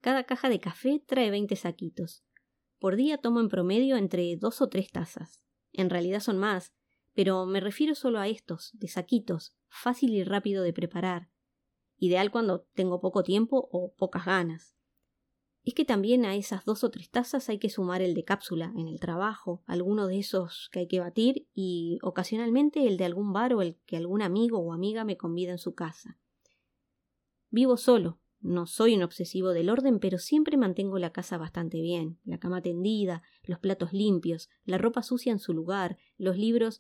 Cada caja de café trae 20 saquitos. Por día tomo en promedio entre 2 o 3 tazas. En realidad son más, pero me refiero solo a estos, de saquitos, fácil y rápido de preparar. Ideal cuando tengo poco tiempo o pocas ganas. Es que también a esas 2 o 3 tazas hay que sumar el de cápsula en el trabajo, alguno de esos que hay que batir y ocasionalmente el de algún bar o el que algún amigo o amiga me convida en su casa. Vivo solo, no soy un obsesivo del orden, pero siempre mantengo la casa bastante bien, la cama tendida, los platos limpios, la ropa sucia en su lugar, los libros...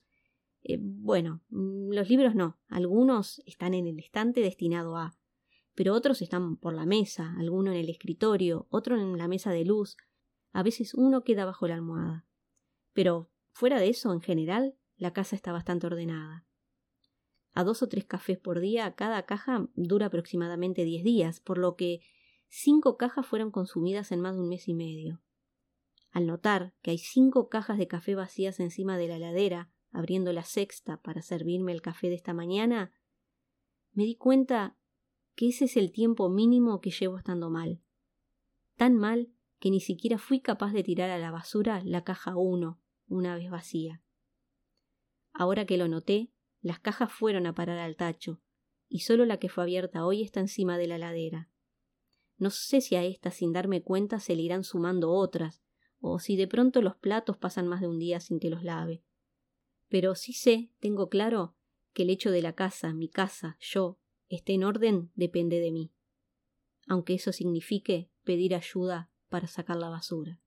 los libros no, algunos están en el estante destinado a... pero otros están por la mesa, alguno en el escritorio, otro en la mesa de luz, a veces uno queda bajo la almohada. Pero fuera de eso, en general, la casa está bastante ordenada. A 2 o 3 cafés por día, cada caja dura aproximadamente 10 días, por lo que 5 cajas fueron consumidas en más de un mes y medio. Al notar que hay 5 cajas de café vacías encima de la heladera, abriendo la sexta para servirme el café de esta mañana, me di cuenta que ese es el tiempo mínimo que llevo estando mal. Tan mal que ni siquiera fui capaz de tirar a la basura la caja 1, una vez vacía. Ahora que lo noté, las cajas fueron a parar al tacho, y solo la que fue abierta hoy está encima de la heladera. No sé si a esta, sin darme cuenta, se le irán sumando otras, o si de pronto los platos pasan más de un día sin que los lave. Pero sí sé, tengo claro, que el hecho de la casa, mi casa, yo, esté en orden depende de mí, aunque eso signifique pedir ayuda para sacar la basura.